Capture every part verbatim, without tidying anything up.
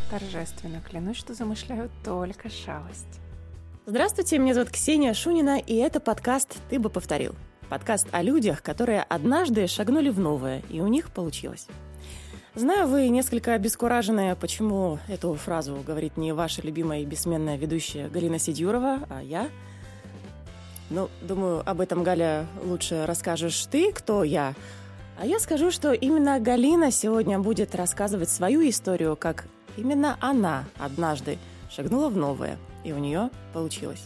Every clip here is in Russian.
Торжественно клянусь, что замышляю только шалость. Здравствуйте, меня зовут Ксения Шунина, и это подкаст «Ты бы повторил». Подкаст о людях, которые однажды шагнули в новое, и у них получилось. Знаю, вы несколько обескуражены, почему эту фразу говорит не ваша любимая и бессменная ведущая Галина Сидюрова, а я. Ну, думаю, об этом, Галя, лучше расскажешь ты, кто я. А я скажу, что именно Галина сегодня будет рассказывать свою историю, как именно она однажды шагнула в новое, и у нее получилось.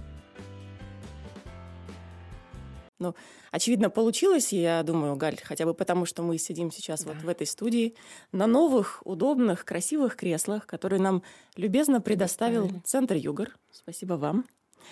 Ну, очевидно, получилось, я думаю, Галь, хотя бы потому, что мы сидим сейчас да. вот в этой студии на новых, удобных, красивых креслах, которые нам любезно предоставил Центр Югор. Спасибо вам.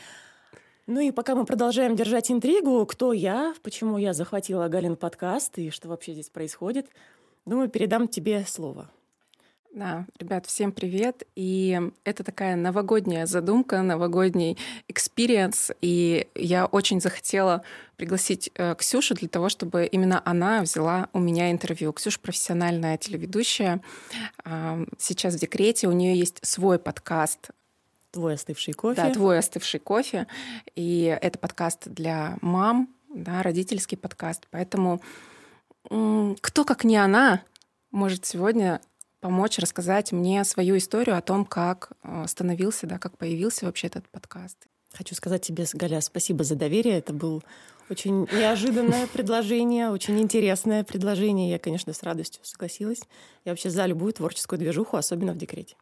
Ну и пока мы продолжаем держать интригу, кто я, почему я захватила Галин подкаст и что вообще здесь происходит, думаю, передам тебе слово. Да, ребят, всем привет. И это такая новогодняя задумка, новогодний экспириенс. И я очень захотела пригласить Ксюшу для того, чтобы именно она взяла у меня интервью. Ксюша профессиональная телеведущая, сейчас в декрете, у нее есть свой подкаст. «Твой остывший кофе». Да, «Твой остывший кофе». И это подкаст для мам, да, родительский подкаст. Поэтому кто, как не она, может сегодня помочь рассказать мне свою историю о том, как становился, да, как появился вообще этот подкаст. Хочу сказать тебе, Галя, спасибо за доверие. Это было очень неожиданное предложение, очень интересное предложение. Я, конечно, с радостью согласилась. Я вообще за любую творческую движуху, особенно в декрете.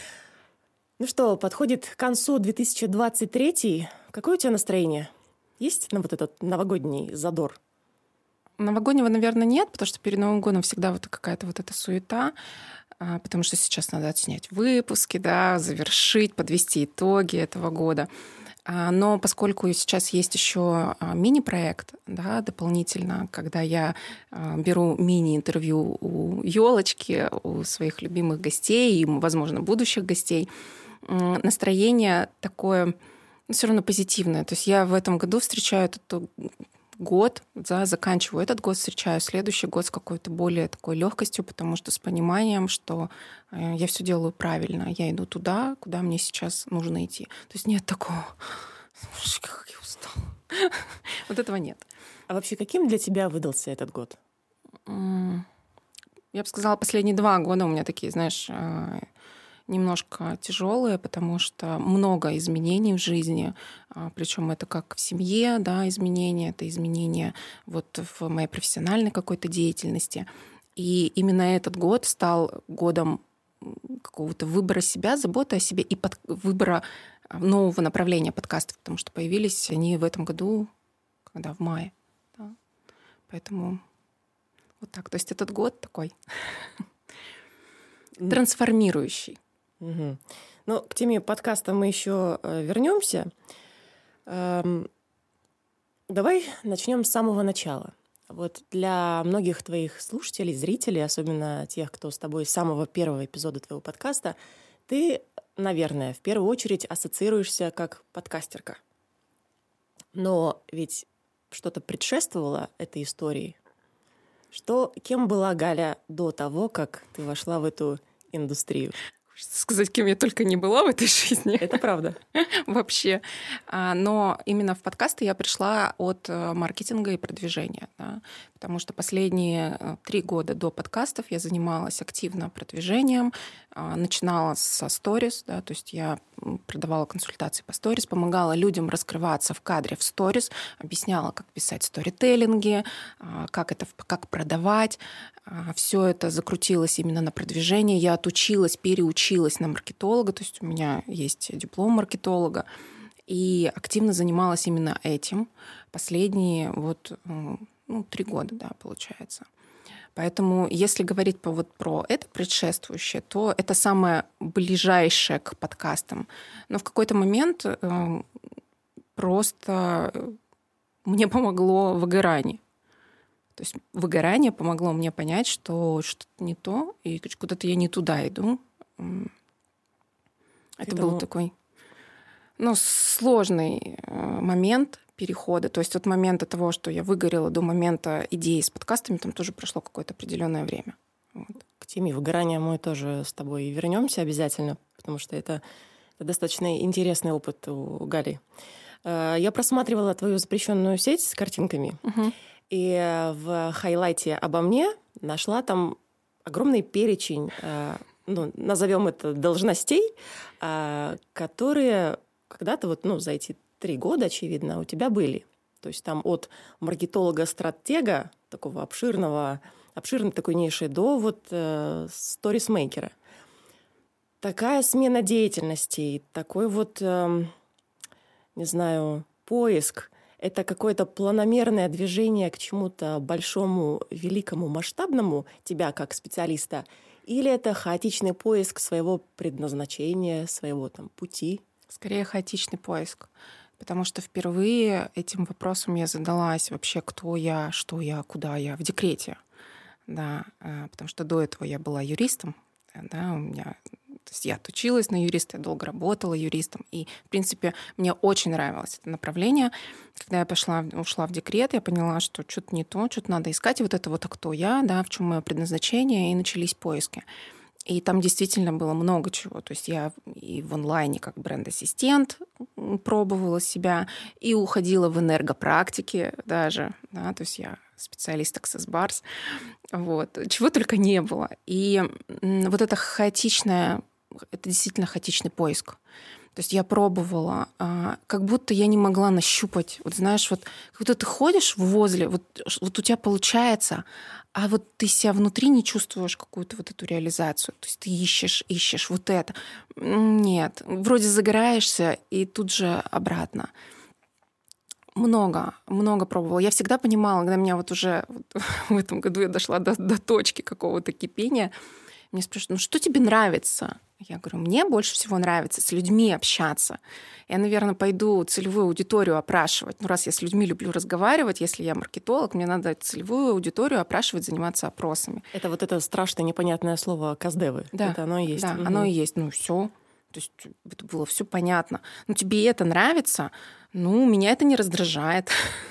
Ну что, подходит к концу две тысячи двадцать третий. Какое у тебя настроение? Есть на вот этот новогодний задор? Новогоднего, наверное, нет, потому что перед Новым годом всегда вот какая-то вот эта суета, потому что сейчас надо отснять выпуски, да, завершить, подвести итоги этого года. Но поскольку сейчас есть еще мини-проект, да, дополнительно, когда я беру мини-интервью у Ёлочки, у своих любимых гостей и, возможно, будущих гостей, настроение такое все равно позитивное. То есть я в этом году встречаю этот год, да, заканчиваю этот год, встречаю следующий год с какой-то более такой легкостью, потому что с пониманием, что я все делаю правильно, я иду туда, куда мне сейчас нужно идти. То есть нет такого, как я устала. Вот этого нет. А вообще каким для тебя выдался этот год? Я бы сказала, последние два года у меня такие, знаешь, немножко тяжелые, потому что много изменений в жизни, причем это как в семье, да, изменения, это изменения вот в моей профессиональной какой-то деятельности. И именно этот год стал годом какого-то выбора себя, заботы о себе и под... выбора нового направления подкастов, потому что появились они в этом году, когда в мае. Да. Поэтому вот так. То есть этот год такой трансформирующий. Угу. Ну, к теме подкаста мы еще э, вернемся. Эм, давай начнем с самого начала. Вот для многих твоих слушателей, зрителей, особенно тех, кто с тобой с самого первого эпизода твоего подкаста, ты, наверное, в первую очередь ассоциируешься как подкастерка. Но ведь что-то предшествовало этой истории. Что, кем была Галя до того, как ты вошла в эту индустрию? Сказать, кем я только не была в этой жизни. Это правда. Вообще. Но именно в подкасты я пришла от маркетинга и продвижения. Да? Потому что последние три года до подкастов я занималась активно продвижением. Начинала со сторис. Да? То есть я продавала консультации по сторис, помогала людям раскрываться в кадре в сторис, объясняла, как писать сторителлинги, как это, как продавать. Все это закрутилось именно на продвижение. Я отучилась, переучилась на маркетолога, то есть у меня есть диплом маркетолога, и активно занималась именно этим последние вот, ну, три года, да, получается. Поэтому, если говорить по, вот, про это предшествующее, то это самое ближайшее к подкастам. Но в какой-то момент э, просто мне помогло выгорание. То есть выгорание помогло мне понять, что что-то не то, и куда-то я не туда иду. Это был такой, ну, сложный момент перехода. То есть от момента того, что я выгорела, до момента идеи с подкастами, там тоже прошло какое-то определенное время. Вот. теме выгорания мы тоже с тобой вернемся обязательно, потому что это, это достаточно интересный опыт у Гали. Я просматривала твою запрещенную сеть с картинками, угу. и в хайлайте «Обо мне» нашла там огромный перечень, ну, назовем это, должностей, которые когда-то вот, ну, за эти три года, очевидно, у тебя были. То есть там от маркетолога-стратега, такого обширного, обширной такой ниши, до вот э, сторисмейкера. Такая смена деятельности, такой вот, э, не знаю, поиск, это какое-то планомерное движение к чему-то большому, великому, масштабному тебя как специалиста, или это хаотичный поиск своего предназначения, своего там пути? Скорее, хаотичный поиск. Потому что впервые этим вопросом я задалась вообще, кто я, что я, куда я, в декрете. Да, потому что до этого я была юристом. Да, у меня, то есть я отучилась на юриста, я долго работала юристом. И, в принципе, мне очень нравилось это направление. Когда я пошла, ушла в декрет, я поняла, что что-то не то, что-то надо искать. И вот это вот, а кто я, да, в чем мое предназначение, и начались поиски. И там действительно было много чего. То есть я и в онлайне как бренд-ассистент пробовала себя, и уходила в энергопрактики даже. Да, то есть я специалист Access Bars. Вот. Чего только не было. И вот это хаотичное, это действительно хаотичный поиск. То есть я пробовала, как будто я не могла нащупать. Вот знаешь, вот как будто ты ходишь возле, вот, вот у тебя получается, а вот ты себя внутри не чувствуешь какую-то вот эту реализацию. То есть ты ищешь, ищешь вот это. Нет, вроде загораешься, и тут же обратно. Много, много пробовала. Я всегда понимала, когда меня вот уже вот в этом году я дошла до, до точки какого-то кипения, мне спрашивают, ну что тебе нравится? Я говорю, мне больше всего нравится с людьми общаться. Я, наверное, пойду целевую аудиторию опрашивать. Ну, раз я с людьми люблю разговаривать, если я маркетолог, мне надо целевую аудиторию опрашивать, заниматься опросами. Это вот это страшное непонятное слово «каздевы». Да, это оно и есть. Да, угу. оно и есть. Ну, все. То есть это было все понятно. Ну, тебе это нравится? Ну, меня это не раздражает.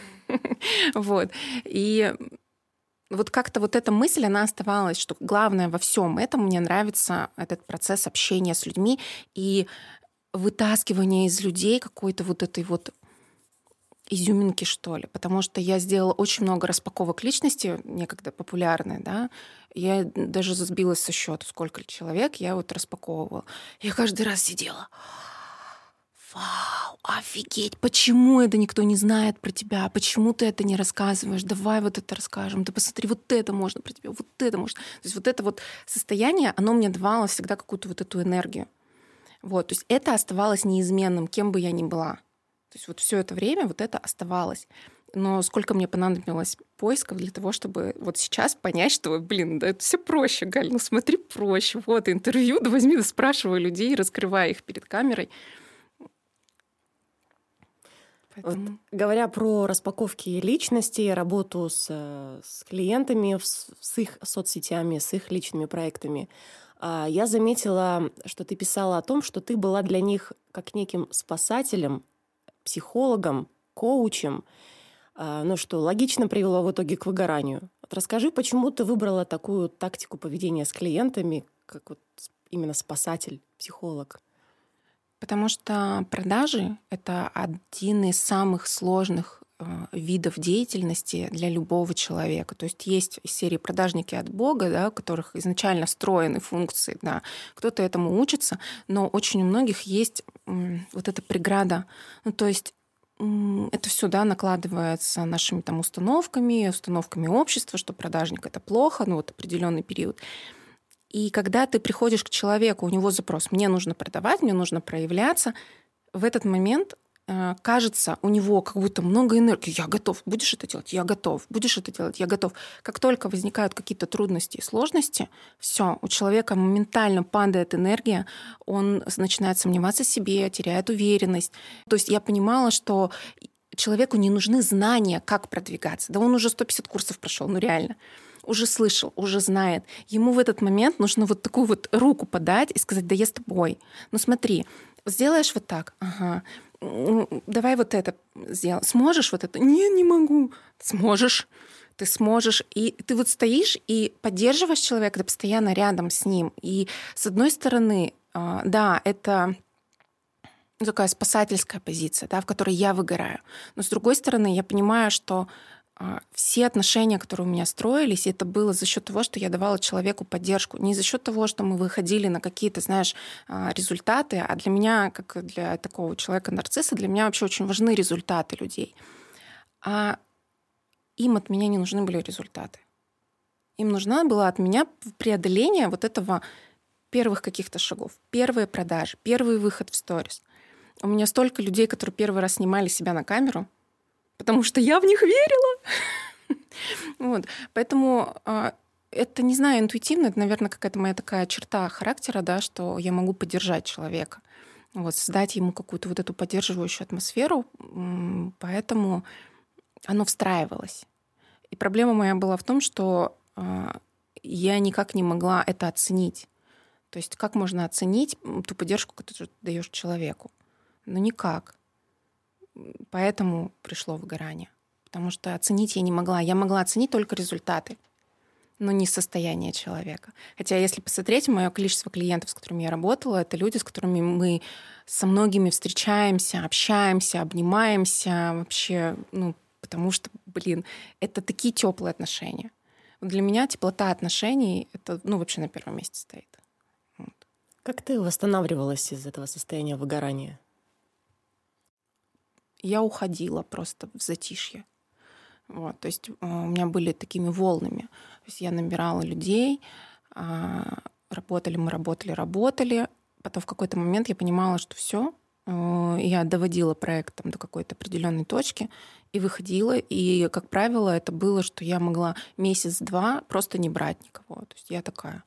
Вот. И вот как-то вот эта мысль, она оставалась, что главное во всем этом мне нравится этот процесс общения с людьми и вытаскивание из людей какой-то вот этой вот изюминки, что ли. Потому что я сделала очень много распаковок личности, некогда популярной, да. Я даже сбилась со счета, сколько человек я вот распаковывала. Я каждый раз сидела. Вау, офигеть, почему это никто не знает про тебя? Почему ты это не рассказываешь? Давай вот это расскажем. Да посмотри, вот это можно про тебя, вот это можно. То есть вот это вот состояние, оно мне давало всегда какую-то вот эту энергию. Вот, то есть это оставалось неизменным, кем бы я ни была. То есть вот все это время вот это оставалось. Но сколько мне понадобилось поисков для того, чтобы вот сейчас понять, что, блин, да это все проще, Галь, ну смотри, проще. Вот интервью, да возьми, да спрашивай людей, раскрывай их перед камерой. Поэтому... Вот, говоря про распаковки личности, работу с, с клиентами, с, с их соцсетями, с их личными проектами, я заметила, что ты писала о том, что ты была для них как неким спасателем, психологом, коучем, ну что логично привело в итоге к выгоранию. Вот расскажи, почему ты выбрала такую тактику поведения с клиентами, как вот именно спасатель, психолог? Потому что продажи — это один из самых сложных э, видов деятельности для любого человека. То есть есть из серии продажники от Бога, да, у которых изначально встроены функции. Да. Кто-то этому учится, но очень у многих есть м, вот эта преграда. Ну, то есть м, это все, да, накладывается нашими там установками, установками общества, что продажник — это плохо, ну вот определенный период. И когда ты приходишь к человеку, у него запрос: мне нужно продавать, мне нужно проявляться, в этот момент э, кажется, у него как будто много энергии. Я готов. Будешь это делать? Я готов. Будешь это делать? Я готов. Как только возникают какие-то трудности и сложности, все, у человека моментально падает энергия, он начинает сомневаться в себе, теряет уверенность. То есть я понимала, что человеку не нужны знания, как продвигаться. Да он уже сто пятьдесят курсов прошел, ну реально. Уже слышал, уже знает. Ему в этот момент нужно вот такую вот руку подать и сказать: да я с тобой. Ну смотри, сделаешь вот так, ага, давай вот это сделай. Сможешь вот это? Не, не могу. Сможешь. ты сможешь, и ты вот стоишь и поддерживаешь человека, ты постоянно рядом с ним. И с одной стороны, да, это такая спасательская позиция, да, в которой я выгораю. Но с другой стороны, я понимаю, что все отношения, которые у меня строились, это было за счет того, что я давала человеку поддержку. Не за счет того, что мы выходили на какие-то, знаешь, результаты, а для меня, как для такого человека-нарцисса, для меня вообще очень важны результаты людей. А им от меня не нужны были результаты. Им нужна была от меня преодоление вот этого первых каких-то шагов, первые продажи, первый выход в сторис. У меня столько людей, которые первый раз снимали себя на камеру, потому что я в них верила. Вот. Поэтому это, не знаю, интуитивно, это, наверное, какая-то моя такая черта характера, да, что я могу поддержать человека, вот, создать ему какую-то вот эту поддерживающую атмосферу, поэтому оно встраивалось. И проблема моя была в том, что я никак не могла это оценить. То есть как можно оценить ту поддержку, которую ты даешь человеку? Ну никак. Поэтому пришло выгорание. Потому что оценить я не могла. Я могла оценить только результаты, но не состояние человека. Хотя если посмотреть, мое количество клиентов, с которыми я работала, это люди, с которыми мы со многими встречаемся, общаемся, обнимаемся вообще, ну, потому что, блин, это такие теплые отношения. Для меня теплота отношений — это, ну, вообще на первом месте стоит. Вот. Как ты восстанавливалась из этого состояния выгорания? Я уходила просто в затишье. Вот, то есть у меня были такими волнами. То есть я набирала людей, работали мы, работали, работали. Потом в какой-то момент я понимала, что все, я доводила проект там до какой-то определенной точки и выходила. И, как правило, это было, что я могла месяц-два просто не брать никого. То есть я такая,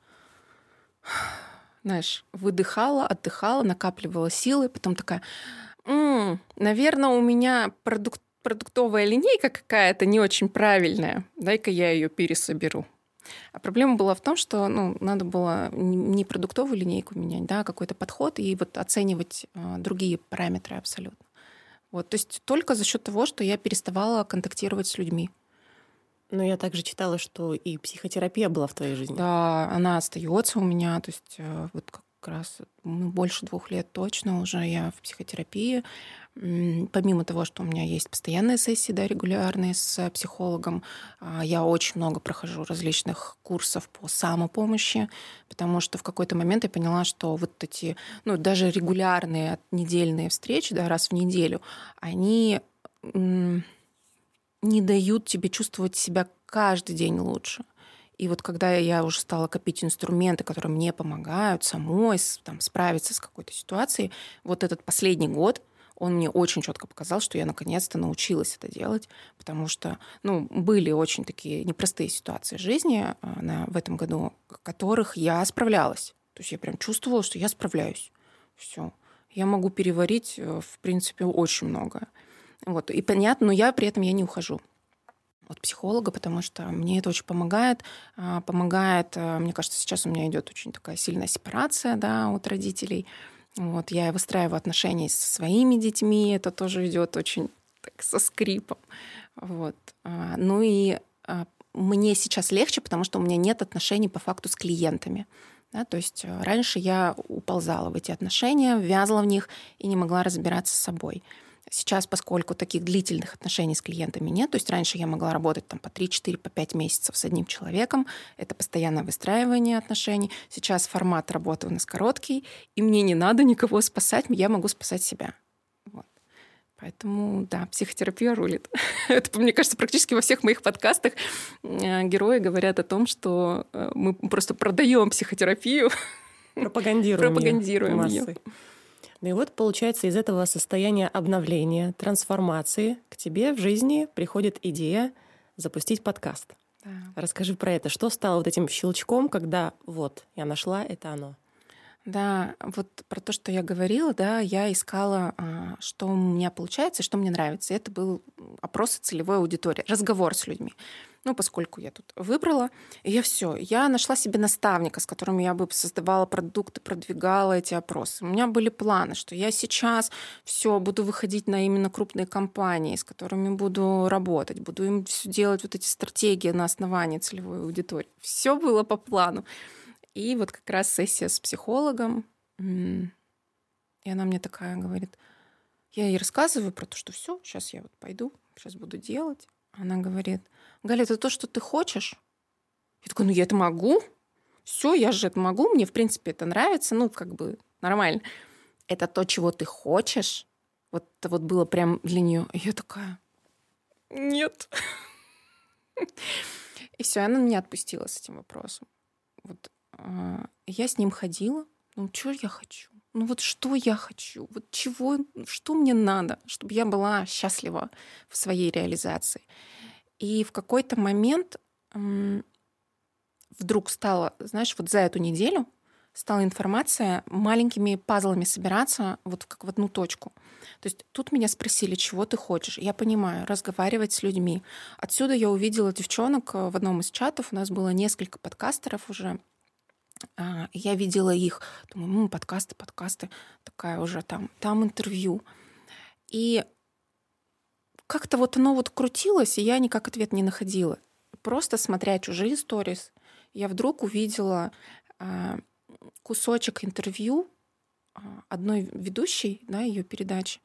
знаешь, выдыхала, отдыхала, накапливала силы, потом такая... М-м, наверное, у меня продукт, продуктовая линейка какая-то не очень правильная. Дай-ка я ее пересоберу. А проблема была в том, что ну, надо было не продуктовую линейку менять, да, а какой-то подход и вот оценивать э, другие параметры абсолютно. Вот, то есть только за счет того, что я переставала контактировать с людьми. Но я также читала, что и психотерапия была в твоей жизни. Да, она остается у меня. То есть э, вот как как раз ну, больше двух лет точно уже я в психотерапии. Помимо того, что у меня есть постоянные сессии, да, регулярные с психологом, я очень много прохожу различных курсов по самопомощи, потому что в какой-то момент я поняла, что вот эти, ну, даже регулярные недельные встречи, да, раз в неделю, они не дают тебе чувствовать себя каждый день лучше. И вот когда я уже стала копить инструменты, которые мне помогают самой там, справиться с какой-то ситуацией, вот этот последний год, он мне очень четко показал, что я наконец-то научилась это делать, потому что ну, были очень такие непростые ситуации в жизни на, в этом году, в которых я справлялась. То есть я прям чувствовала, что я справляюсь. Все. Я могу переварить, в принципе, очень многое. Вот. И понятно, но я при этом я не ухожу от психолога, потому что мне это очень помогает. Помогает, мне кажется, сейчас у меня идет очень такая сильная сепарация, да, от родителей. Вот, я выстраиваю отношения со своими детьми, это тоже идет очень так, со скрипом. Вот. Ну и мне сейчас легче, потому что у меня нет отношений по факту с клиентами. Да, то есть раньше я уползала в эти отношения, ввязла в них и не могла разбираться с собой. Сейчас, поскольку таких длительных отношений с клиентами нет, то есть раньше я могла работать там, по три-четыре, по пять месяцев с одним человеком, это постоянное выстраивание отношений. Сейчас формат работы у нас короткий, и мне не надо никого спасать, я могу спасать себя. Вот. Поэтому, да, психотерапия рулит. Это, мне кажется, практически во всех моих подкастах герои говорят о том, что мы просто продаем психотерапию. Пропагандируем, Пропагандируем ее. ее. Ну и вот, получается, из этого состояния обновления, трансформации к тебе в жизни приходит идея запустить подкаст. Да. Расскажи про это. Что стало вот этим щелчком, когда вот, я нашла, это оно? Да, вот про то, что я говорила, да, я искала, что у меня получается, что мне нравится. И это был опрос целевой аудитории, разговор с людьми. Ну, поскольку я тут выбрала, и я все, я нашла себе наставника, с которым я бы создавала продукты, продвигала эти опросы. У меня были планы, что я сейчас все буду выходить на именно крупные компании, с которыми буду работать, буду им все делать, вот эти стратегии на основании целевой аудитории. Все было по плану. И вот как раз сессия с психологом, и она мне такая говорит, я ей рассказываю про то, что все, сейчас я вот пойду, сейчас буду делать. Она говорит, Галя, это то, что ты хочешь? Я такая, ну я это могу. Все, я же это могу, мне в принципе это нравится, ну как бы нормально. Это то, чего ты хочешь? Вот это вот было прям для нее. И я такая, нет. И все, она меня отпустила с этим вопросом. Вот я с ним ходила. Ну, что я хочу? Ну, вот что я хочу? Вот чего, что мне надо, чтобы я была счастлива в своей реализации? И в какой-то момент м, вдруг стала, знаешь, вот за эту неделю стала информация маленькими пазлами собираться вот как в одну точку. То есть тут меня спросили, чего ты хочешь. Я понимаю, разговаривать с людьми. Отсюда я увидела девчонок в одном из чатов. У нас было несколько подкастеров уже. Я видела их, думаю, ну, подкасты, подкасты, такая уже там, там интервью. И как-то вот оно вот крутилось, и я никак ответ не находила. Просто смотря чужие сторис, я вдруг увидела а, кусочек интервью а, одной ведущей, да, ее передачи.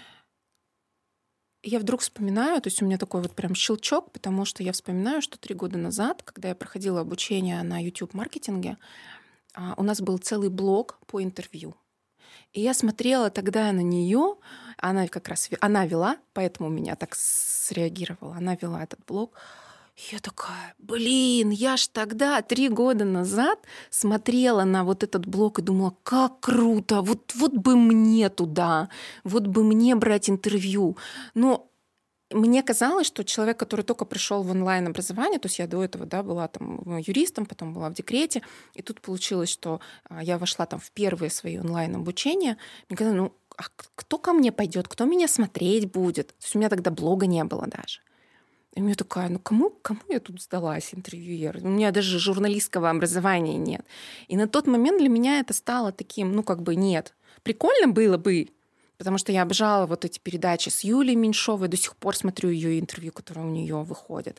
И я вдруг вспоминаю, то есть у меня такой вот прям щелчок, потому что я вспоминаю, что три года назад, когда я проходила обучение на YouTube-маркетинге, у нас был целый блог по интервью. И я смотрела тогда на нее, она как раз она вела, поэтому меня так среагировала. Она вела этот блог. И я такая, блин, я ж тогда, три года назад, смотрела на вот этот блог и думала, как круто, вот, вот бы мне туда, вот бы мне брать интервью. Но мне казалось, что человек, который только пришел в онлайн-образование, то есть я до этого, да, была там юристом, потом была в декрете, и тут получилось, что я вошла там в первые свои онлайн-обучения. Мне казалось, ну, а кто ко мне пойдет, кто меня смотреть будет? То есть у меня тогда блога не было даже. И я такая, ну кому, кому я тут сдалась, интервьюер? У меня даже журналистского образования нет. И на тот момент для меня это стало таким, ну как бы нет. Прикольно было бы, потому что я обожала вот эти передачи с Юлией Меньшовой, до сих пор смотрю ее интервью, которые у нее выходят.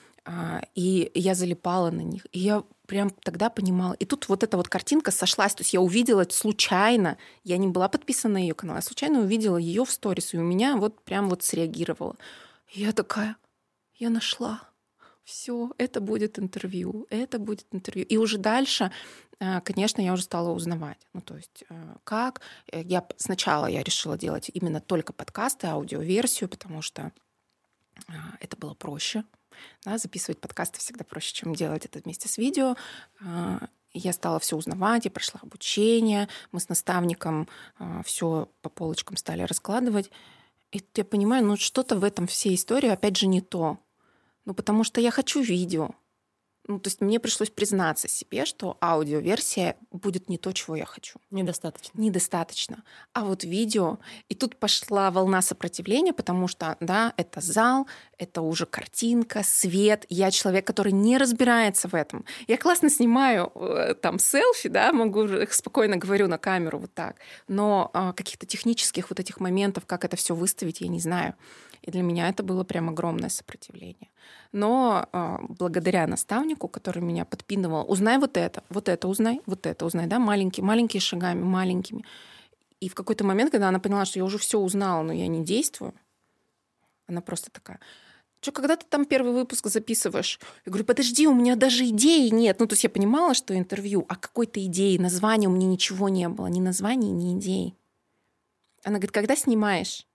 И я залипала на них. И я прям тогда понимала. И тут вот эта вот картинка сошлась. То есть я увидела это случайно. Я не была подписана на ее канал. Я случайно увидела ее в сторис. И у меня вот прям вот среагировала. И я такая, я нашла. Все, это будет интервью, это будет интервью. И уже дальше, конечно, я уже стала узнавать. Ну, то есть как. Я, сначала я решила делать именно только подкасты, аудиоверсию, потому что это было проще. Да, записывать подкасты всегда проще, чем делать это вместе с видео. Я стала все узнавать, я прошла обучение, мы с наставником все по полочкам стали раскладывать. И я понимаю, ну что-то в этом всей истории опять же не то. Ну, потому что я хочу видео. Ну, то есть мне пришлось признаться себе, что аудиоверсия будет не то, чего я хочу. Недостаточно. Недостаточно. А вот видео... И тут пошла волна сопротивления, потому что, да, это зал, это уже картинка, свет. Я человек, который не разбирается в этом. Я классно снимаю там селфи, да, могу их спокойно говорю на камеру вот так. Но а, каких-то технических вот этих моментов, как это все выставить, я не знаю. И для меня это было прям огромное сопротивление. Но э, благодаря наставнику, который меня подпинывал, узнай вот это, вот это узнай, вот это узнай, да, маленькие, маленькие шагами, маленькими. И в какой-то момент, когда она поняла, что я уже все узнала, но я не действую, она просто такая, что, когда ты там первый выпуск записываешь? Я говорю, подожди, у меня даже идеи нет. Ну, то есть я понимала, что интервью, а какой-то идеи, названия у меня ничего не было, ни названий, ни идей. Она говорит, когда снимаешь?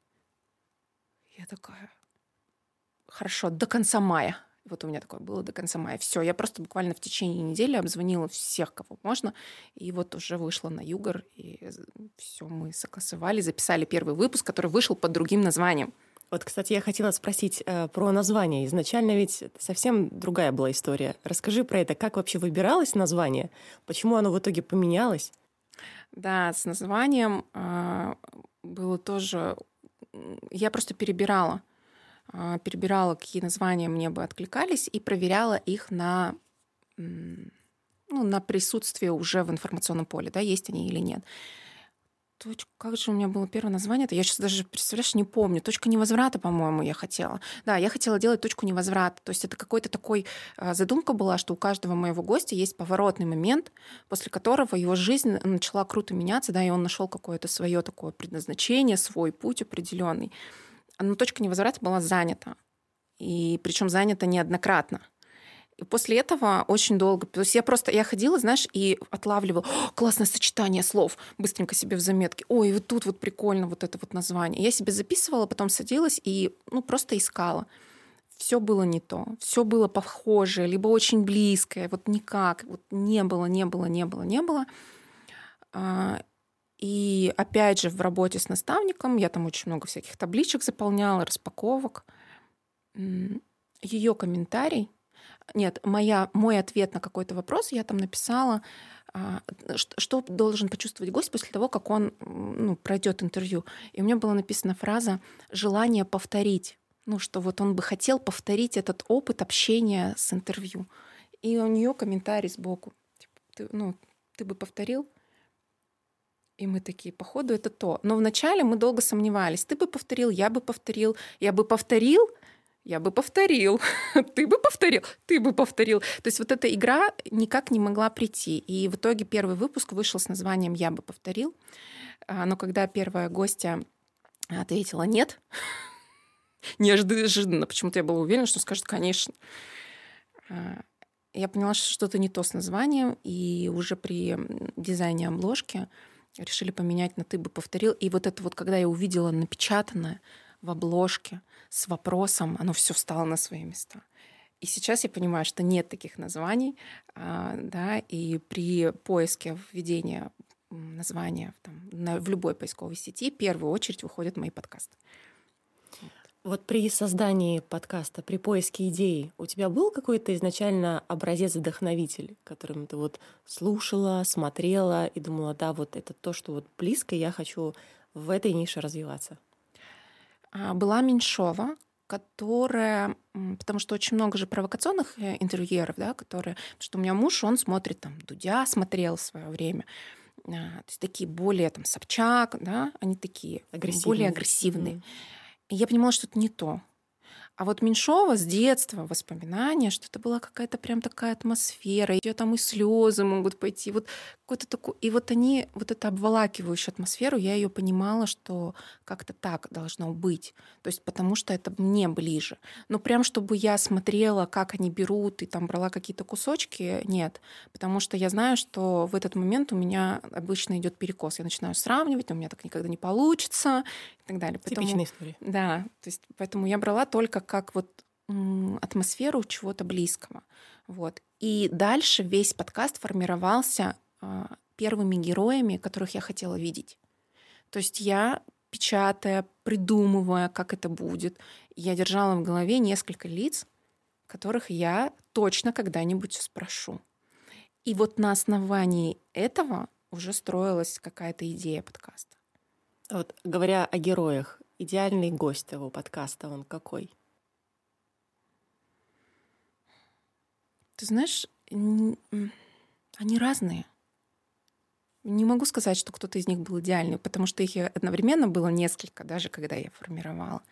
Я такая, хорошо, до конца мая. Вот у меня такое было до конца мая. Все, я просто буквально в течение недели обзвонила всех, кого можно, и вот уже вышла на Югор, и все, мы согласовали, записали первый выпуск, который вышел под другим названием. Вот, кстати, я хотела спросить э, про название. Изначально ведь совсем другая была история. Расскажи про это. Как вообще выбиралось название? Почему оно в итоге поменялось? Да, с названием а, было тоже... Я просто перебирала. а, Перебирала, какие названия мне бы откликались, и проверяла их на, м, ну, на присутствие уже в информационном поле, да, есть они или нет. Точ... Как же у меня было первое название-то? Я сейчас даже, представляешь, не помню. Точка невозврата, по-моему, я хотела. Да, я хотела делать точку невозврата. То есть это какой-то такой а, задумка была, что у каждого моего гостя есть поворотный момент, после которого его жизнь начала круто меняться, да, и он нашел какое-то свое такое предназначение, свой путь определенный. Но точка невозврата была занята. И причем занята неоднократно. И после этого очень долго... То есть я просто... Я ходила, знаешь, и отлавливала. О, классное сочетание слов. Быстренько себе в заметке. Ой, вот тут вот прикольно вот это вот название. Я себе записывала, потом садилась и ну, просто искала. Все было не то. Все было похожее, либо очень близкое. Вот никак. Вот не было, не было, не было, не было. И опять же в работе с наставником я там очень много всяких табличек заполняла, распаковок. Ее комментарий... Нет, моя, мой ответ на какой-то вопрос я там написала, а, что, что должен почувствовать гость после того, как он ну, пройдет интервью. И у меня была написана фраза «желание повторить». Ну, что вот он бы хотел повторить этот опыт общения с интервью. И у нее комментарий сбоку. Типа, ты, ну, ты бы повторил? И мы такие, походу, это то. Но вначале мы долго сомневались. Ты бы повторил, я бы повторил, я бы повторил, я бы повторил, ты бы повторил, ты бы повторил. То есть вот эта игра никак не могла прийти. И в итоге первый выпуск вышел с названием «Я бы повторил». Но когда первая гостья ответила «нет», неожиданно, почему-то я была уверена, что скажет «конечно». Я поняла, что что-то не то с названием, и уже при дизайне обложки решили поменять на «ты бы повторил». И вот это вот, когда я увидела напечатанное в обложке с вопросом, оно все встало на свои места. И сейчас я понимаю, что нет таких названий, а, да, и при поиске введения названия там, на, в любой поисковой сети в первую очередь выходят мои подкасты. Вот при создании подкаста, при поиске идеи, у тебя был какой-то изначально образец-вдохновитель, которым ты вот слушала, смотрела и думала, да, вот это то, что вот близко, я хочу в этой нише развиваться? Была Меньшова, которая... Потому что очень много же провокационных интервьюеров, да, которые... Потому что у меня муж, он смотрит, там, Дудя смотрел в свое время. То есть такие более, там, Собчак, да, они такие агрессивные. Более агрессивные. Mm-hmm. И я понимала, что это не то. А вот Меньшова с детства воспоминания, что это была какая-то прям такая атмосфера, ее там и слезы могут пойти, вот какой-то такой. И вот они, вот эту обволакивающую атмосферу, я ее понимала, что как-то так должно быть. То есть потому что это мне ближе. Но прям чтобы я смотрела, как они берут, и там брала какие-то кусочки, нет. Потому что я знаю, что в этот момент у меня обычно идет перекос. Я начинаю сравнивать, у меня так никогда не получится и так далее. Типичная Поэтому, история. Да, то есть поэтому я брала только как вот атмосферу чего-то близкого. Вот. И дальше весь подкаст формировался а, первыми героями, которых я хотела видеть. То есть я, печатая, придумывая, как это будет, я держала в голове несколько лиц, которых я точно когда-нибудь спрошу. И вот на основании этого уже строилась какая-то идея подкаста. Вот, говоря о героях, идеальный гость того подкаста, он какой? Ты знаешь, они разные. Не могу сказать, что кто-то из них был идеальный, потому что их одновременно было несколько, даже когда я формировала.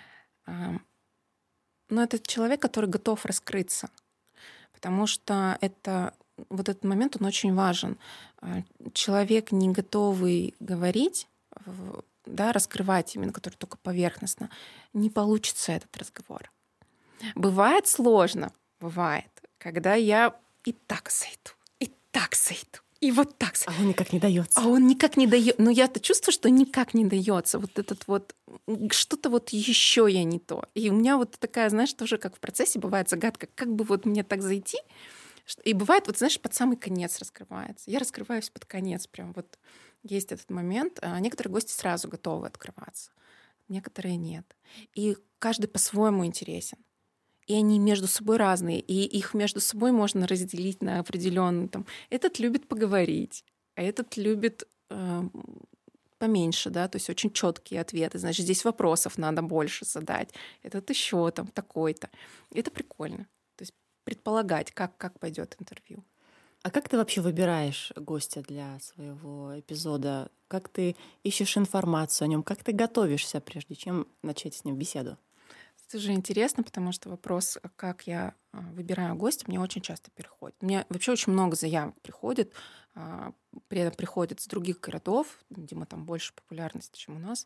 Но это человек, который готов раскрыться, потому что это, вот этот момент, он очень важен. Человек, не готовый говорить, да, раскрывать именно, который только поверхностно, не получится этот разговор. Бывает сложно, бывает, когда я и так сойду, и так сойду, и вот так сойду. А он никак не дается. А он никак не дает. Но я-то чувствую, что никак не дается. Вот этот вот что-то вот еще я не то. И у меня вот такая, знаешь, тоже как в процессе бывает загадка, как бы вот мне так зайти. И бывает, вот знаешь, под самый конец раскрывается. Я раскрываюсь под конец. Прям вот есть этот момент. А некоторые гости сразу готовы открываться, некоторые нет. И каждый по-своему интересен. И они между собой разные, и их между собой можно разделить на определенные. Там, этот любит поговорить, а этот любит э, поменьше, да, то есть очень четкие ответы. Значит, здесь вопросов надо больше задать. Этот еще там такой-то. Это прикольно. То есть предполагать, как, как пойдет интервью. А как ты вообще выбираешь гостя для своего эпизода? Как ты ищешь информацию о нем? Как ты готовишься, прежде чем начать с ним беседу? Это же интересно, потому что вопрос, как я а, выбираю гостя, мне очень часто переходит. Мне вообще очень много заявок приходит, а, при этом приходит с других городов, где мы там больше популярности, чем у нас.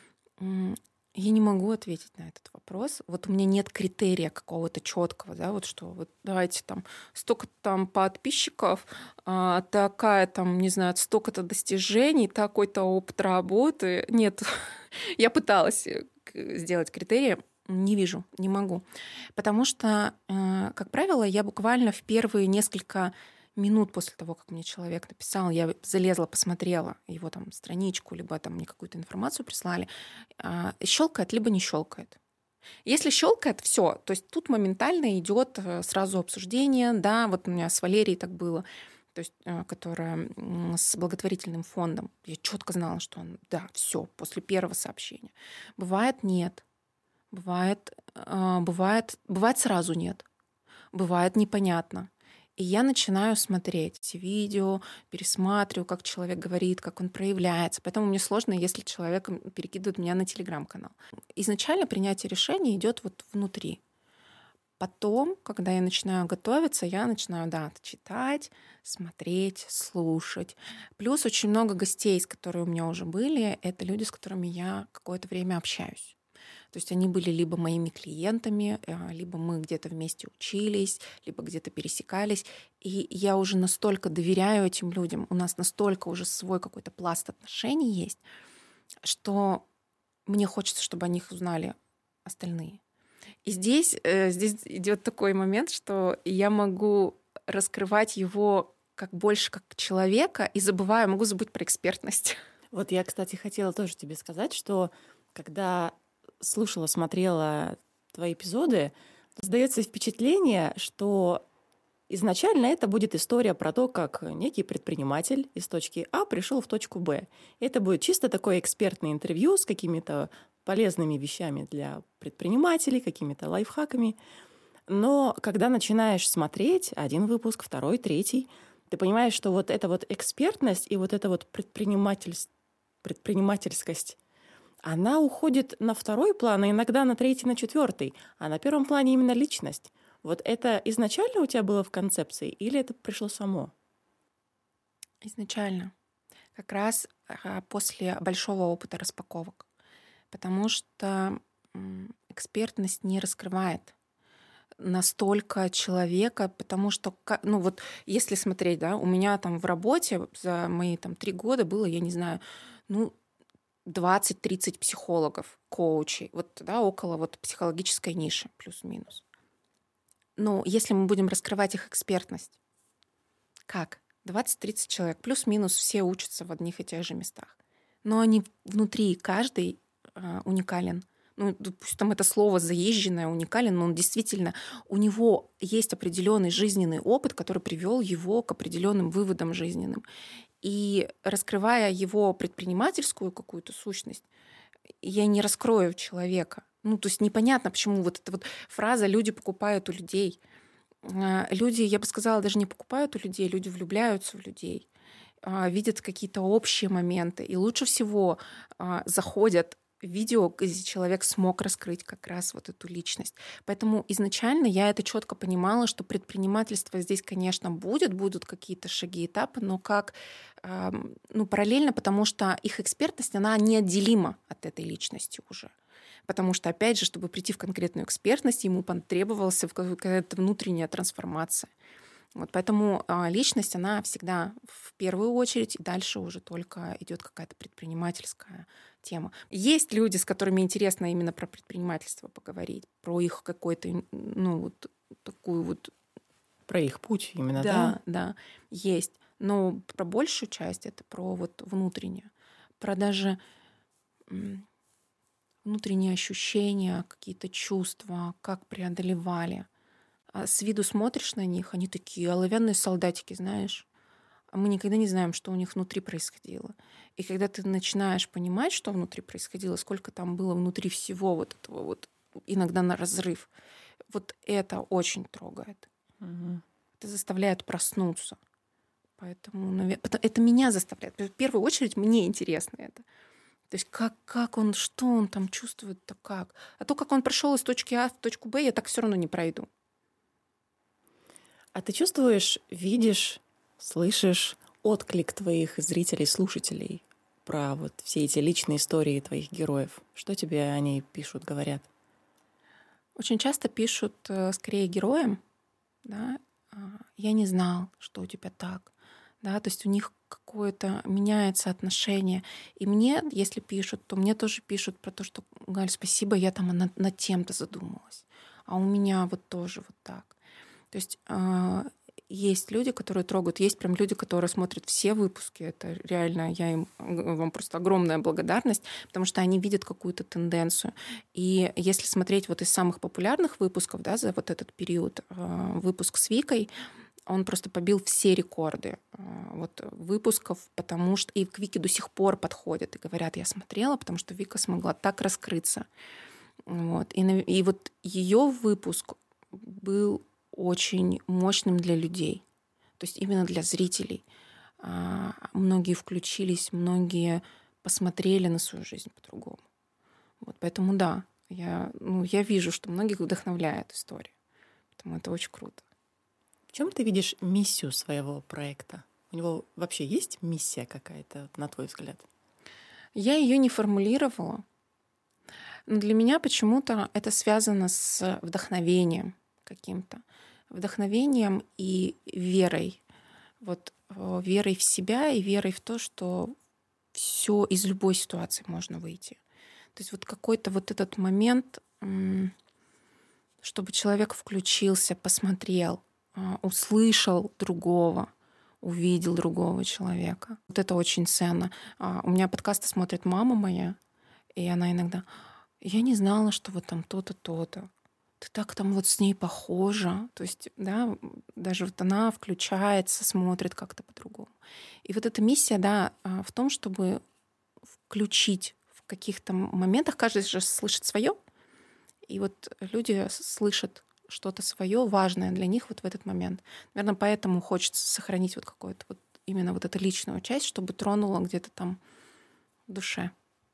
М, Я не могу ответить на этот вопрос. Вот у меня нет критерия какого-то четкого, да, вот что вот давайте там столько там подписчиков, а, такая там, не знаю, столько-то достижений, такой-то опыт работы. Нет, я пыталась э, к- сделать критерии, не вижу, не могу. Потому что, э, как правило, я буквально в первые несколько минут после того, как мне человек написал, я залезла, посмотрела его там страничку, либо там мне какую-то информацию прислали, а, щелкает, либо не щелкает. Если щелкает, все, то есть тут моментально идет э, сразу обсуждение, да, вот у меня с Валерией так было, то есть, э, которая м, с благотворительным фондом, я четко знала, что он, да, все, после первого сообщения. Бывает нет, бывает, а, бывает, бывает сразу нет, бывает непонятно. И я начинаю смотреть эти видео, пересматриваю, как человек говорит, как он проявляется. Поэтому мне сложно, если человек м, перекидывает меня на телеграм-канал. Изначально принятие решения идет вот внутри. Потом, когда я начинаю готовиться, я начинаю, да, читать, смотреть, слушать. Плюс очень много гостей, с которыми у меня уже были, это люди, с которыми я какое-то время общаюсь. То есть они были либо моими клиентами, э, либо мы где-то вместе учились, либо где-то пересекались. И я уже настолько доверяю этим людям, у нас настолько уже свой какой-то пласт отношений есть, что мне хочется, чтобы о них узнали остальные. И здесь, э, здесь идет такой момент, что я могу раскрывать его как больше как человека и забываю, могу забыть про экспертность. Вот я, кстати, хотела тоже тебе сказать, что когда слушала, смотрела твои эпизоды, создается впечатление, что изначально это будет история про то, как некий предприниматель из точки А пришел в точку Б. Это будет чисто такое экспертное интервью с какими-то полезными вещами для предпринимателей, какими-то лайфхаками. Но когда начинаешь смотреть один выпуск, второй, третий, ты понимаешь, что вот эта вот экспертность и вот эта вот предпринимательс- предпринимательскость, она уходит на второй план, а иногда на третий, на четвертый, а на первом плане именно личность. Вот это изначально у тебя было в концепции или это пришло само? Изначально. Как раз а, после большого опыта распаковок. Потому что м, экспертность не раскрывает настолько человека, потому что, ка- ну вот, если смотреть, да, у меня там в работе за мои там три года было, я не знаю, ну, двадцать-тридцать психологов, коучей, вот, да, около вот психологической ниши, плюс-минус. Но если мы будем раскрывать их экспертность, как? двадцать-тридцать человек, плюс-минус все учатся в одних и тех же местах. Но они внутри, каждый а, уникален. Ну, д- пусть там это слово заезженное, уникален, но он действительно, у него есть определенный жизненный опыт, который привел его к определенным выводам жизненным. И раскрывая его предпринимательскую какую-то сущность, я не раскрою человека. Ну, то есть непонятно, почему вот эта вот фраза «люди покупают у людей». А, Люди, я бы сказала, даже не покупают у людей, люди влюбляются в людей, а, видят какие-то общие моменты. И лучше всего а, заходят в видео, где человек смог раскрыть как раз вот эту личность. Поэтому изначально я это четко понимала, что предпринимательство здесь, конечно, будет, будут какие-то шаги, этапы, но как ам, ну, параллельно, потому что их экспертность, она неотделима от этой личности уже. Потому что, опять же, чтобы прийти в конкретную экспертность, ему потребовалась какая-то внутренняя трансформация. Вот поэтому а, личность, она всегда в первую очередь, и дальше уже только идет какая-то предпринимательская тема. Есть люди, с которыми интересно именно про предпринимательство поговорить, про их какой-то, ну, вот такую вот... Про их путь именно, да? Да, да, есть. Но про большую часть это про вот внутреннее, про даже м, внутренние ощущения, какие-то чувства, как преодолевали. А с виду смотришь на них, они такие оловянные солдатики, знаешь. а мы никогда не знаем, что у них внутри происходило. И когда ты начинаешь понимать, что внутри происходило, сколько там было внутри всего вот этого вот, иногда на разрыв, вот это очень трогает. Угу. Это заставляет проснуться. Поэтому, наверное, это меня заставляет. В первую очередь мне интересно это. То есть как, как он, что он там чувствует-то как. А то, как он прошел из точки А в точку Б, я так все равно не пройду. А ты чувствуешь, видишь, слышишь отклик твоих зрителей, слушателей про вот все эти личные истории твоих героев? Что тебе они пишут, говорят? Очень часто пишут э, скорее героям, да, я не знал, что у тебя так. Да, то есть у них какое-то меняется отношение. И мне, если пишут, то мне тоже пишут про то, что, Галь, спасибо, я там над, над тем-то задумалась. А у меня вот тоже вот так. То есть э, есть люди, которые трогают, есть прям люди, которые смотрят все выпуски. Это реально, я им, вам просто огромная благодарность, потому что они видят какую-то тенденцию. И если смотреть вот из самых популярных выпусков, да, за вот этот период, э, выпуск с Викой, он просто побил все рекорды вот, выпусков, потому что и к Вике до сих пор подходят и говорят, я смотрела, потому что Вика смогла так раскрыться. Вот. И, и вот ее выпуск был очень мощным для людей, то есть именно для зрителей. Многие включились, многие посмотрели на свою жизнь по-другому. Вот. Поэтому да, я, ну, я вижу, что многих вдохновляет история. Поэтому это очень круто. В чем ты видишь миссию своего проекта? У него вообще есть миссия какая-то, на твой взгляд? Я ее не формулировала, но для меня почему-то это связано с вдохновением каким-то. Вдохновением и верой. Вот верой в себя и верой в то, что все из любой ситуации можно выйти. То есть вот какой-то вот этот момент, чтобы человек включился, посмотрел, услышал другого, увидел другого человека. Вот это очень ценно. У меня подкасты смотрит мама моя, и она иногда: я не знала, что вот там то-то, то-то. Ты так там вот с ней похожа. То есть, да, даже вот она включается, смотрит как-то по-другому. И вот эта миссия, да, в том, чтобы включить в каких-то моментах, каждый же слышит свое, и вот люди слышат что-то свое важное для них вот в этот момент. Наверное, поэтому хочется сохранить вот какую-то вот именно вот эту личную часть, чтобы тронуло где-то там в душе.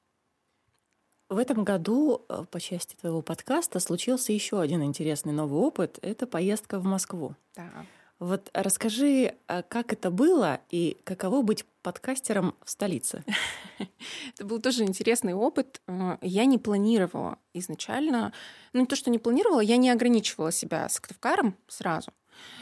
В этом году по части твоего подкаста случился еще один интересный новый опыт. Это поездка в Москву. Да. Вот расскажи, как это было и каково быть подкастером в столице? Это был тоже интересный опыт. Я не планировала изначально. Ну, не то, что не планировала, я не ограничивала себя Сыктывкаром сразу.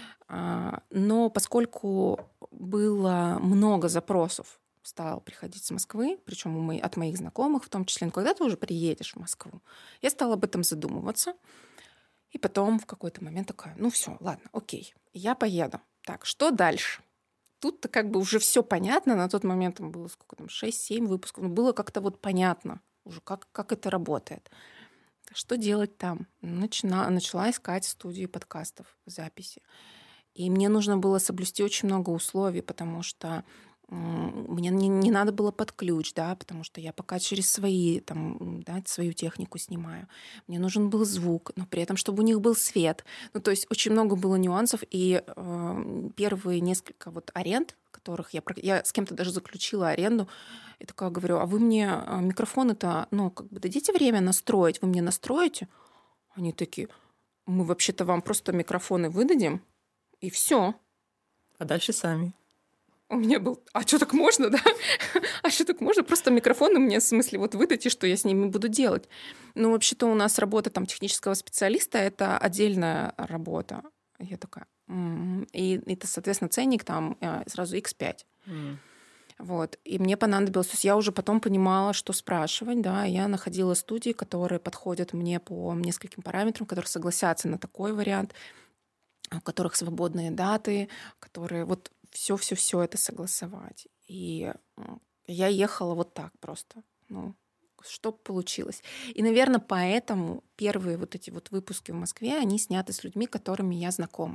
Но поскольку было много запросов, стал приходить с Москвы, причем от моих знакомых в том числе, ну, когда ты уже приедешь в Москву, я стала об этом задумываться. И потом в какой-то момент такая, ну все, ладно, окей, я поеду. Так, что дальше? Тут-то как бы уже все понятно. На тот момент там было сколько там, шесть-семь выпусков. Но было как-то вот понятно уже, как, как это работает. Что делать там? Начала, начала искать студии подкастов, записи. И мне нужно было соблюсти очень много условий, потому что мне не, не надо было под ключ, да, потому что я пока через свои, там, да, свою технику снимаю. Мне нужен был звук, но при этом, чтобы у них был свет. Ну, то есть очень много было нюансов, и э, первые несколько вот аренд, которых я, я с кем-то даже заключила аренду, и такая говорю, а вы мне микрофоны-то, ну, как бы дадите время настроить, вы мне настроите? Они такие, мы вообще-то вам просто микрофоны выдадим, и все. А дальше сами. У меня был, а что так можно, да? А что так можно? Просто микрофоны мне, в смысле, вот выдать, и что я с ними буду делать? Ну, вообще-то у нас работа там технического специалиста — это отдельная работа. Я такая, м-м-м. И это, соответственно, ценник там сразу икс пять. Mm. Вот. И мне понадобилось, то есть я уже потом понимала, что спрашивать, да, я находила студии, которые подходят мне по нескольким параметрам, которые согласятся на такой вариант, у которых свободные даты, которые вот все-все-все это согласовать. И я ехала вот так просто. Ну, что получилось. И, наверное, поэтому первые вот эти вот выпуски в Москве, они сняты с людьми, которыми я знакома.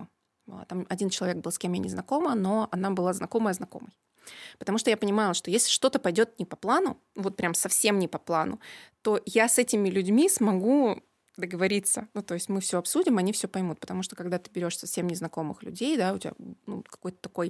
Там один человек был, с кем я не знакома, но она была знакомая знакомой. Потому что я понимала, что если что-то пойдет не по плану, вот прям совсем не по плану, то я с этими людьми смогу договориться. Ну, то есть мы все обсудим, они все поймут. Потому что когда ты берешь совсем незнакомых людей, да, у тебя ну, какой-то такой...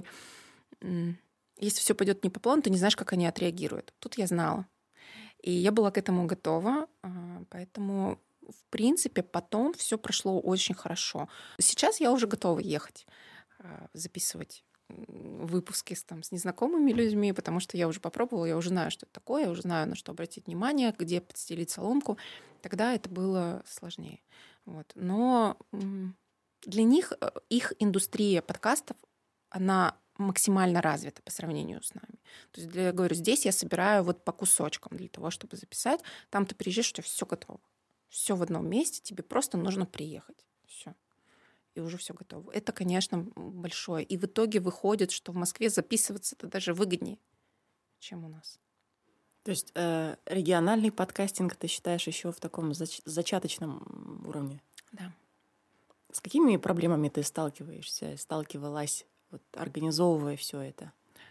Если все пойдет не по плану, ты не знаешь, как они отреагируют. Тут я знала. И я была к этому готова. Поэтому, в принципе, потом все прошло очень хорошо. Сейчас я уже готова ехать, записывать выпуски с, там, с незнакомыми людьми, потому что я уже попробовала, я уже знаю, что это такое, я уже знаю, на что обратить внимание, где подстелить соломку. Тогда это было сложнее. Вот. Но для них их индустрия подкастов, она максимально развита по сравнению с нами. То есть, я говорю, здесь я собираю вот по кусочкам для того, чтобы записать. Там ты приезжаешь, у тебя все готово. Все в одном месте, тебе просто нужно приехать. Все. И уже все готово. Это, конечно, большое. И в итоге выходит, что в Москве записываться это даже выгоднее, чем у нас. То есть э, региональный подкастинг ты считаешь еще в таком зач- зачаточном уровне? Да. С какими проблемами ты сталкиваешься, сталкивалась, вот, организовывая все это?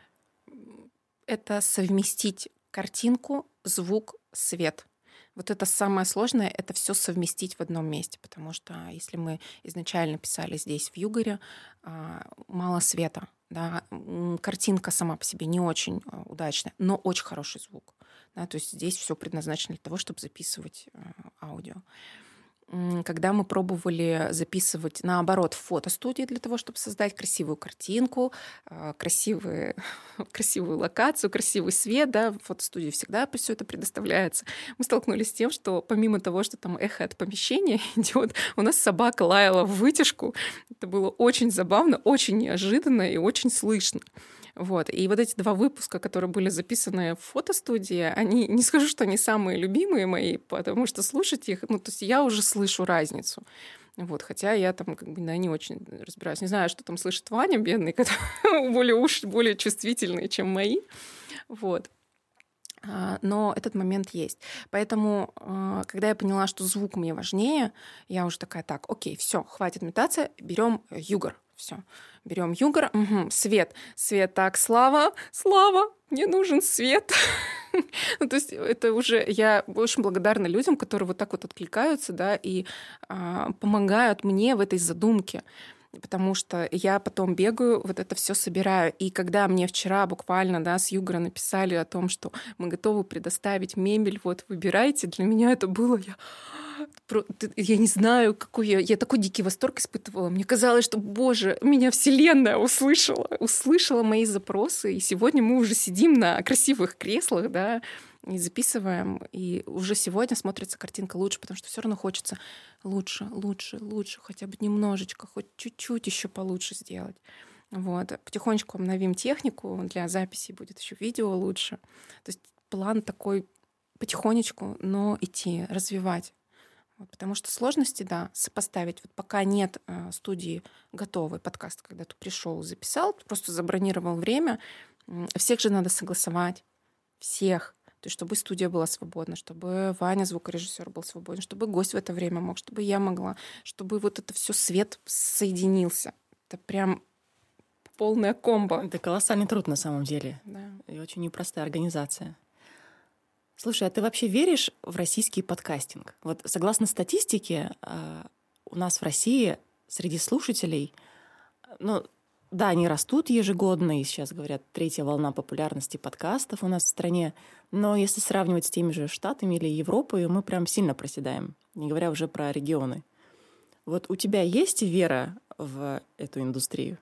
Это совместить картинку, звук, свет. Вот это самое сложное, это все совместить в одном месте, потому что если мы изначально писали здесь, в Югоре, мало света, да, картинка сама по себе не очень удачная, но очень хороший звук. Да, то есть здесь все предназначено для того, чтобы записывать аудио. Когда мы пробовали записывать, наоборот, в фотостудии для того, чтобы создать красивую картинку, красивые, красивую локацию, красивый свет, да, в фотостудии всегда все это предоставляется. Мы столкнулись с тем, что помимо того, что там эхо от помещения идет, у нас собака лаяла в вытяжку. Это было очень забавно, очень неожиданно и очень слышно. Вот. И вот эти два выпуска, которые были записаны в фотостудии, они, не скажу, что они самые любимые мои, потому что слушать их, ну, то есть я уже слышу разницу. Вот, хотя я там как бы да, не очень разбираюсь. Не знаю, что там слышит Ваня, бедный, который более уши, более чувствительные, чем мои. Вот. Но этот момент есть. Поэтому, когда я поняла, что звук мне важнее, я уже такая, так, окей, все, хватит метаться, берем Югор. Все. Берем Югор. Угу. Свет. Свет. Так, Слава. Слава. Мне нужен свет. Ну, то есть это уже... Я очень благодарна людям, которые вот так вот откликаются, да, и а, помогают мне в этой задумке. Потому что я потом бегаю, вот это все собираю. И когда мне вчера буквально, да, с Югора написали о том, что мы готовы предоставить мебель, вот, выбирайте, для меня это было... Я... Я не знаю, какой я... Я такой дикий восторг испытывала. Мне казалось, что, боже, меня вселенная услышала, услышала мои запросы, и сегодня мы уже сидим на красивых креслах, да, и записываем, и уже сегодня смотрится картинка лучше, потому что все равно хочется лучше, лучше, лучше, хотя бы немножечко, хоть чуть-чуть еще получше сделать. Вот. Потихонечку обновим технику, для записи будет еще видео лучше. То есть план такой потихонечку, но идти, развивать. Вот, потому что сложности, да, сопоставить. Вот пока нет э, студии готовый подкаст, когда ты пришел, записал, просто забронировал время, э, всех же надо согласовать. Всех. То есть чтобы студия была свободна, чтобы Ваня, звукорежиссер, был свободен, чтобы гость в это время мог, чтобы я могла, чтобы вот это все свет соединился. Это прям полная комбо. Это колоссальный труд на самом деле. Да. И очень непростая организация. Слушай, а ты вообще веришь в российский подкастинг? Вот согласно статистике, у нас в России среди слушателей, ну, да, они растут ежегодно, и сейчас, говорят, третья волна популярности подкастов у нас в стране, но если сравнивать с теми же Штатами или Европой, мы прям сильно проседаем, не говоря уже про регионы. Вот у тебя есть вера в эту индустрию?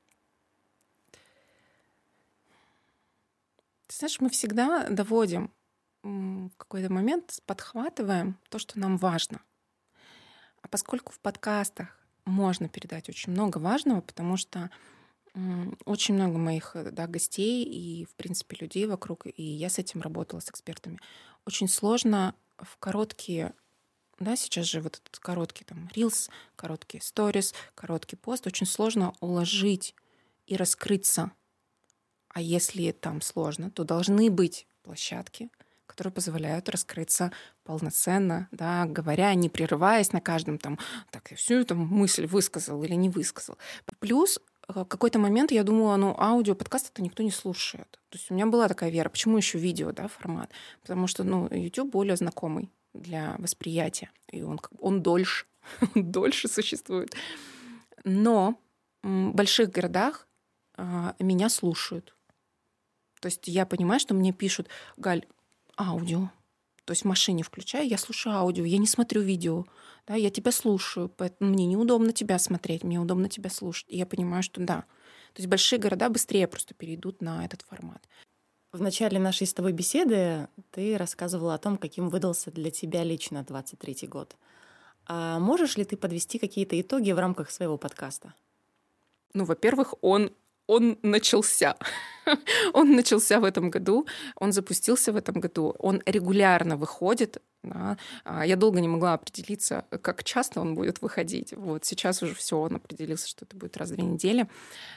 Ты знаешь, мы всегда доводим в какой-то момент, подхватываем то, что нам важно. А поскольку в подкастах можно передать очень много важного, потому что очень много моих, да, гостей и, в принципе, людей вокруг, и я с этим работала, с экспертами, очень сложно в короткие, да, сейчас же вот этот короткий там рилс, короткий сторис, короткий пост, очень сложно уложить и раскрыться. А если там сложно, то должны быть площадки, которые позволяют раскрыться полноценно, да, говоря, не прерываясь на каждом там, так, я всю эту мысль высказал или не высказал. Плюс в какой-то момент я думала, ну, аудио, подкаст это никто не слушает. То есть у меня была такая вера. Почему еще видео, да, формат? Потому что, ну, YouTube более знакомый для восприятия. И он, он дольше, дольше существует. Но в больших городах а, меня слушают. То есть я понимаю, что мне пишут: Галь, аудио. То есть в машине включаю, я слушаю аудио, я не смотрю видео. Да, я тебя слушаю, поэтому мне неудобно тебя смотреть, мне удобно тебя слушать. И я понимаю, что да. То есть большие города быстрее просто перейдут на этот формат. В начале нашей с тобой беседы ты рассказывала о том, каким выдался для тебя лично двадцать третий год. А можешь ли ты подвести какие-то итоги в рамках своего подкаста? Ну, во-первых, он, он начался. Он начался в этом году, он запустился в этом году, он регулярно выходит. Да. Я долго не могла определиться, как часто он будет выходить. Вот сейчас уже все, он определился, что это будет раз в две недели.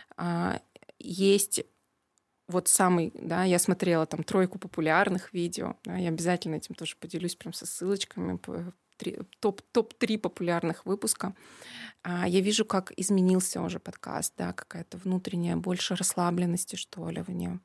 Есть вот самый, да, я смотрела там тройку популярных видео, да, я обязательно этим тоже поделюсь прям со ссылочками, топ, топ-три популярных выпуска. Я вижу, как изменился уже подкаст, да, какая-то внутренняя больше расслабленности, что ли, в нем.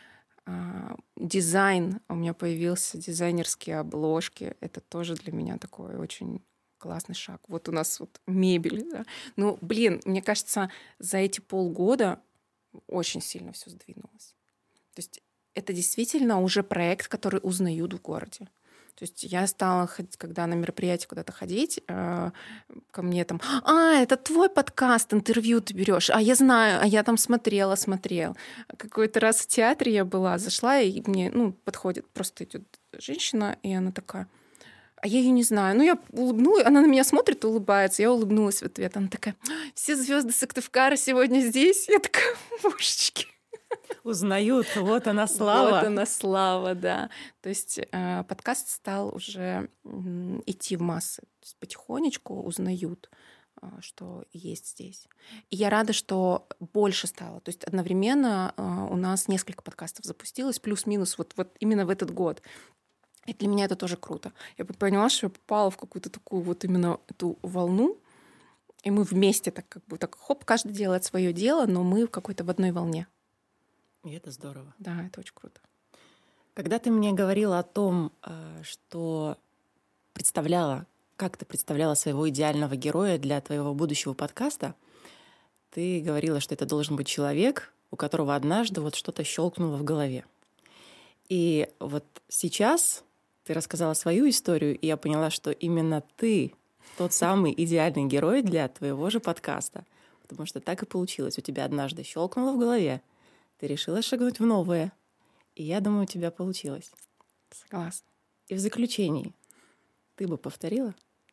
Дизайн, у меня появился дизайнерские обложки, это тоже для меня такой очень классный шаг. Вот у нас вот мебель, да. Ну, блин, мне кажется, за эти полгода очень сильно все сдвинулось. То есть это действительно уже проект, который узнают в городе. То есть я стала, когда на мероприятие куда-то ходить, э, ко мне там: а, это твой подкаст, интервью ты берешь, а я знаю, а я там смотрела, смотрел. Какой-то раз в театре я была, зашла, и мне, ну, подходит, просто идет женщина, и она такая: а я ее не знаю. Ну, я улыбнулась, она на меня смотрит, улыбается, я улыбнулась в ответ. Она такая: все звезды Сыктывкара сегодня здесь. Я такая: божечки. Узнают, вот она слава. Вот она слава, да. То есть э, подкаст стал уже э, идти в массы. То есть потихонечку узнают, э, что есть здесь. И я рада, что больше стало. То есть одновременно э, у нас несколько подкастов запустилось, плюс-минус вот, вот именно в этот год. И для меня это тоже круто. Я поняла, что я попала в какую-то такую вот именно эту волну, и мы вместе так как бы так хоп, каждый делает свое дело, но мы в какой-то в одной волне. И это здорово. Да, это очень круто. Когда ты мне говорила о том, что представляла, как ты представляла своего идеального героя для твоего будущего подкаста, ты говорила, что это должен быть человек, у которого однажды вот что-то щелкнуло в голове. И вот сейчас ты рассказала свою историю, и я поняла, что именно ты тот самый идеальный герой для твоего же подкаста. Потому что так и получилось. У тебя однажды щелкнуло в голове, ты решила шагнуть в новое. И я думаю, у тебя получилось. Согласна. И в заключении, ты бы повторила?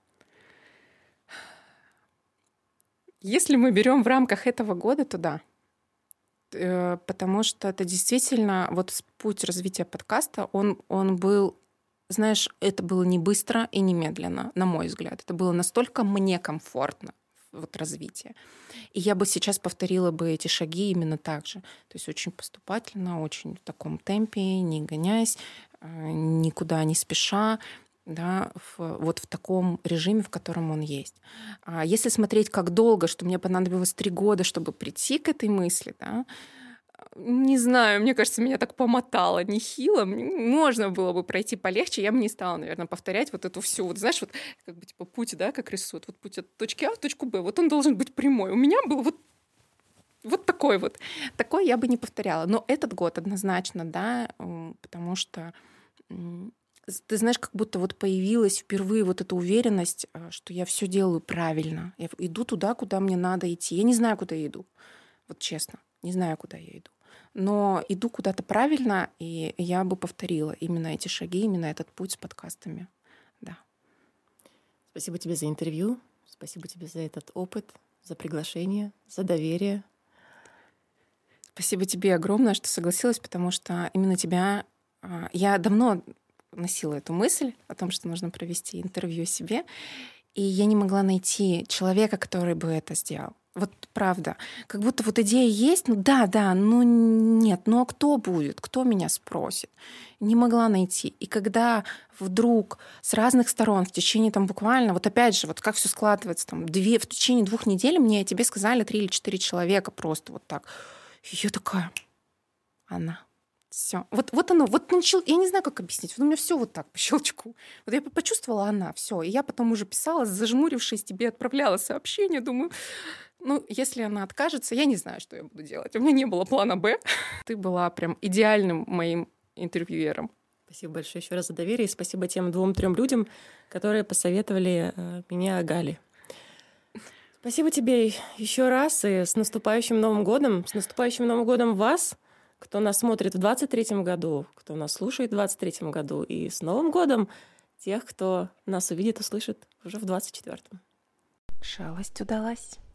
Если мы берем в рамках этого года, то да. Потому что это действительно, вот путь развития подкаста, он, он был, знаешь, это было не быстро и не медленно, на мой взгляд. Это было настолько мне комфортно, вот развитие. И я бы сейчас повторила бы эти шаги именно так же. То есть очень поступательно, очень в таком темпе, не гонясь, никуда не спеша, да, в, вот в таком режиме, в котором он есть. А если смотреть, как долго, что мне понадобилось три года, чтобы прийти к этой мысли, да, не знаю, мне кажется, меня так помотало нехило. Можно было бы пройти полегче, я бы не стала, наверное, повторять вот эту всю, вот знаешь, вот как бы типа путь, да, как рисуют, вот путь от точки А в точку Б, вот он должен быть прямой. У меня был вот вот такой вот. Такой я бы не повторяла. Но этот год однозначно, да, потому что ты знаешь, как будто вот появилась впервые вот эта уверенность, что я все делаю правильно. Я иду туда, куда мне надо идти. Я не знаю, куда я иду. Вот честно, не знаю, куда я иду. Но иду куда-то правильно, и я бы повторила именно эти шаги, именно этот путь с подкастами. Да. Спасибо тебе за интервью. Спасибо тебе за этот опыт, за приглашение, за доверие. Спасибо тебе огромное, что согласилась, потому что именно тебя... Я давно носила эту мысль о том, что нужно провести интервью себе, и я не могла найти человека, который бы это сделал. Вот правда. Как будто вот идея есть, ну да, да, ну нет, ну а кто будет? Кто меня спросит? Не могла найти. И когда вдруг с разных сторон в течение там буквально, вот опять же, вот как все складывается, там, две, в течение двух недель мне о тебе сказали три или четыре человека просто вот так. И я такая, она. Все. Вот, вот оно, вот начал, я не знаю, как объяснить. Вот у меня все вот так по щелчку. Вот я почувствовала она, все. И я потом уже писала, зажмурившись, тебе отправляла сообщение, думаю, ну, если она откажется, я не знаю, что я буду делать. У меня не было плана Б. Ты была прям идеальным моим интервьюером. Спасибо большое еще раз за доверие. И спасибо тем двум-трем людям, которые посоветовали э, меня Гале. Спасибо тебе еще раз. И с наступающим Новым годом. С наступающим Новым годом вас, кто нас смотрит в двадцать третьем году, кто нас слушает в двадцать третьем году. И с Новым годом тех, кто нас увидит, услышит уже в двадцать четвёртом. Шалость удалась.